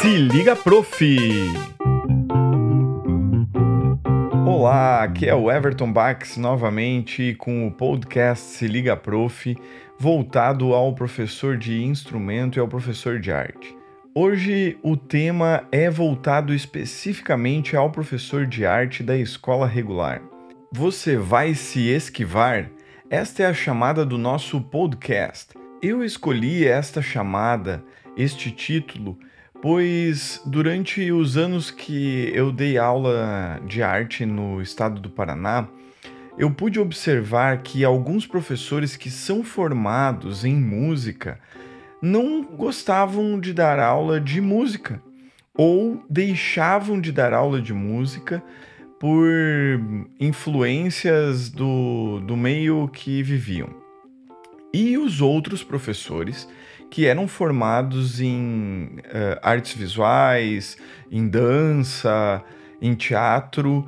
Se liga, prof! Olá, aqui é o Everton Bax novamente com o podcast Se Liga, Prof, voltado ao professor de instrumento e ao professor de arte. Hoje o tema é voltado especificamente ao professor de arte da escola regular. Você vai se esquivar? Esta é a chamada do nosso podcast. Eu escolhi esta chamada, este título, pois durante os anos que eu dei aula de arte no estado do Paraná, eu pude observar que alguns professores que são formados em música não gostavam de dar aula de música ou deixavam de dar aula de música por influências do meio que viviam. E os outros professores que eram formados em artes visuais, em dança, em teatro,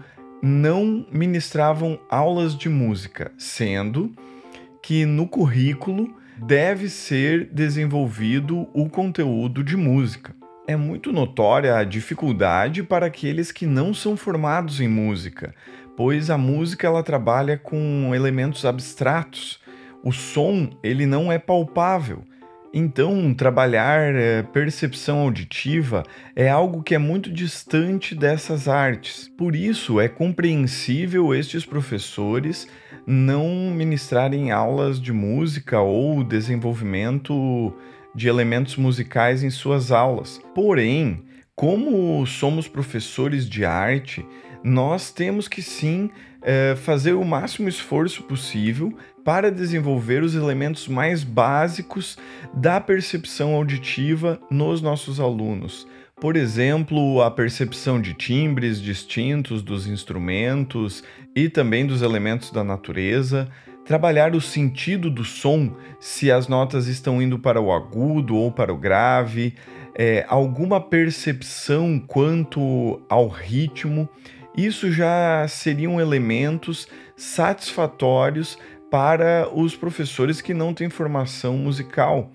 não ministravam aulas de música, sendo que no currículo deve ser desenvolvido o conteúdo de música. É muito notória a dificuldade para aqueles que não são formados em música, pois a música ela trabalha com elementos abstratos. O som, ele não é palpável. Então, trabalhar percepção auditiva é algo que é muito distante dessas artes. Por isso, é compreensível estes professores não ministrarem aulas de música ou desenvolvimento de elementos musicais em suas aulas. Porém, como somos professores de arte, nós temos que sim fazer o máximo esforço possível para desenvolver os elementos mais básicos da percepção auditiva nos nossos alunos. Por exemplo, a percepção de timbres distintos dos instrumentos e também dos elementos da natureza, trabalhar o sentido do som, se as notas estão indo para o agudo ou para o grave, alguma percepção quanto ao ritmo. Isso já seriam elementos satisfatórios para os professores que não têm formação musical,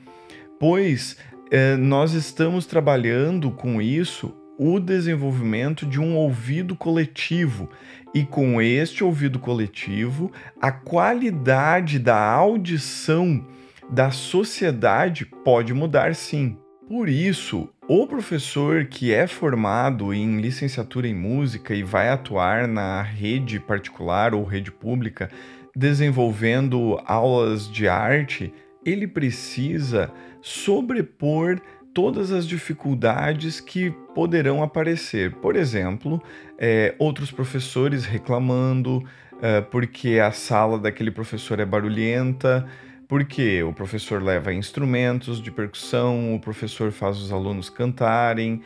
pois nós estamos trabalhando com isso o desenvolvimento de um ouvido coletivo, e com este ouvido coletivo, a qualidade da audição da sociedade pode mudar sim. Por isso, o professor que é formado em licenciatura em música e vai atuar na rede particular ou rede pública, desenvolvendo aulas de arte, ele precisa sobrepor todas as dificuldades que poderão aparecer. Por exemplo, outros professores reclamando porque a sala daquele professor é barulhenta, porque o professor leva instrumentos de percussão, o professor faz os alunos cantarem,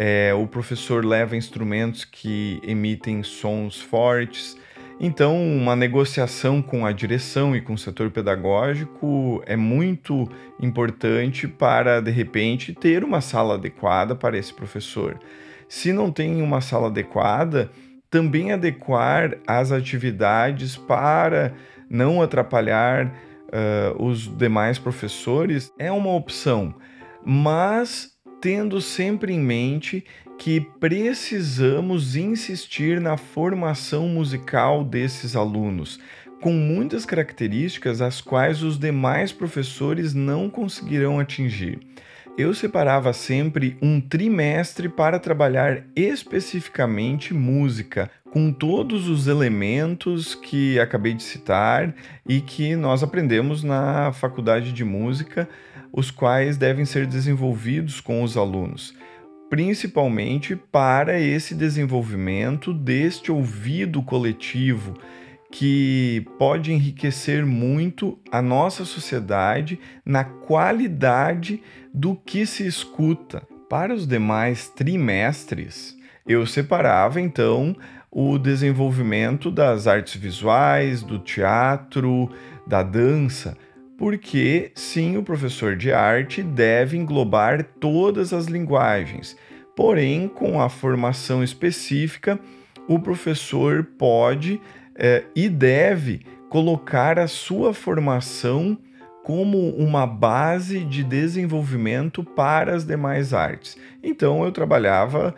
o professor leva instrumentos que emitem sons fortes. Então, uma negociação com a direção e com o setor pedagógico é muito importante para, de repente, ter uma sala adequada para esse professor. Se não tem uma sala adequada, também adequar as atividades para não atrapalhar os demais professores é uma opção, mas tendo sempre em mente que precisamos insistir na formação musical desses alunos, com muitas características as quais os demais professores não conseguirão atingir. Eu separava sempre um trimestre para trabalhar especificamente música, com todos os elementos que acabei de citar e que nós aprendemos na faculdade de música, os quais devem ser desenvolvidos com os alunos, principalmente para esse desenvolvimento deste ouvido coletivo, que pode enriquecer muito a nossa sociedade na qualidade do que se escuta. Para os demais trimestres, eu separava então o desenvolvimento das artes visuais, do teatro, da dança, porque sim, o professor de arte deve englobar todas as linguagens, porém, com a formação específica, o professor pode e deve colocar a sua formação como uma base de desenvolvimento para as demais artes. Então, eu trabalhava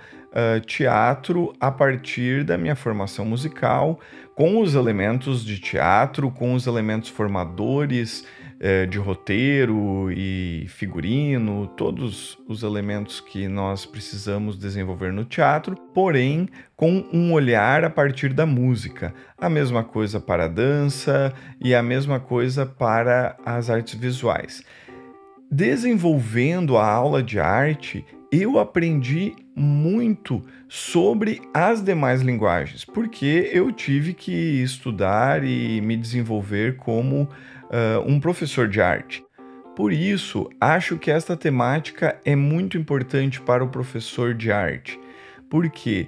teatro a partir da minha formação musical, com os elementos de teatro, com os elementos formadores de roteiro e figurino, todos os elementos que nós precisamos desenvolver no teatro, porém com um olhar a partir da música. A mesma coisa para a dança e a mesma coisa para as artes visuais. Desenvolvendo a aula de arte, eu aprendi muito sobre as demais linguagens, porque eu tive que estudar e me desenvolver como um professor de arte. Por isso, acho que esta temática é muito importante para o professor de arte. Por quê?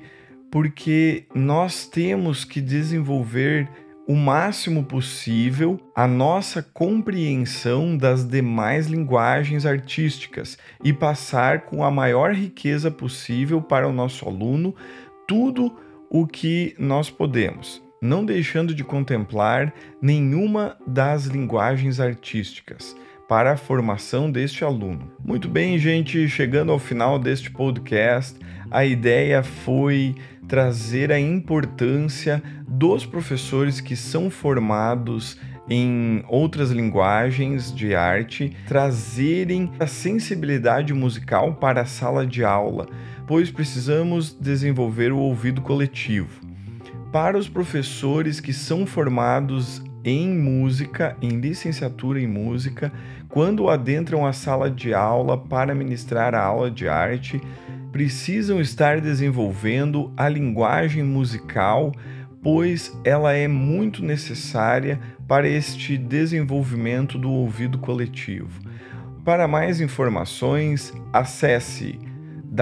Porque nós temos que desenvolver o máximo possível a nossa compreensão das demais linguagens artísticas e passar com a maior riqueza possível para o nosso aluno tudo o que nós podemos, não deixando de contemplar nenhuma das linguagens artísticas para a formação deste aluno. Muito bem, gente, chegando ao final deste podcast, a ideia foi trazer a importância dos professores que são formados em outras linguagens de arte, trazerem a sensibilidade musical para a sala de aula, pois precisamos desenvolver o ouvido coletivo. Para os professores que são formados em música, em licenciatura em música, quando adentram a sala de aula para ministrar a aula de arte, precisam estar desenvolvendo a linguagem musical, pois ela é muito necessária para este desenvolvimento do ouvido coletivo. Para mais informações, acesse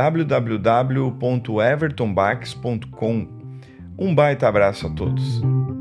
www.evertonbax.com. Um baita abraço a todos.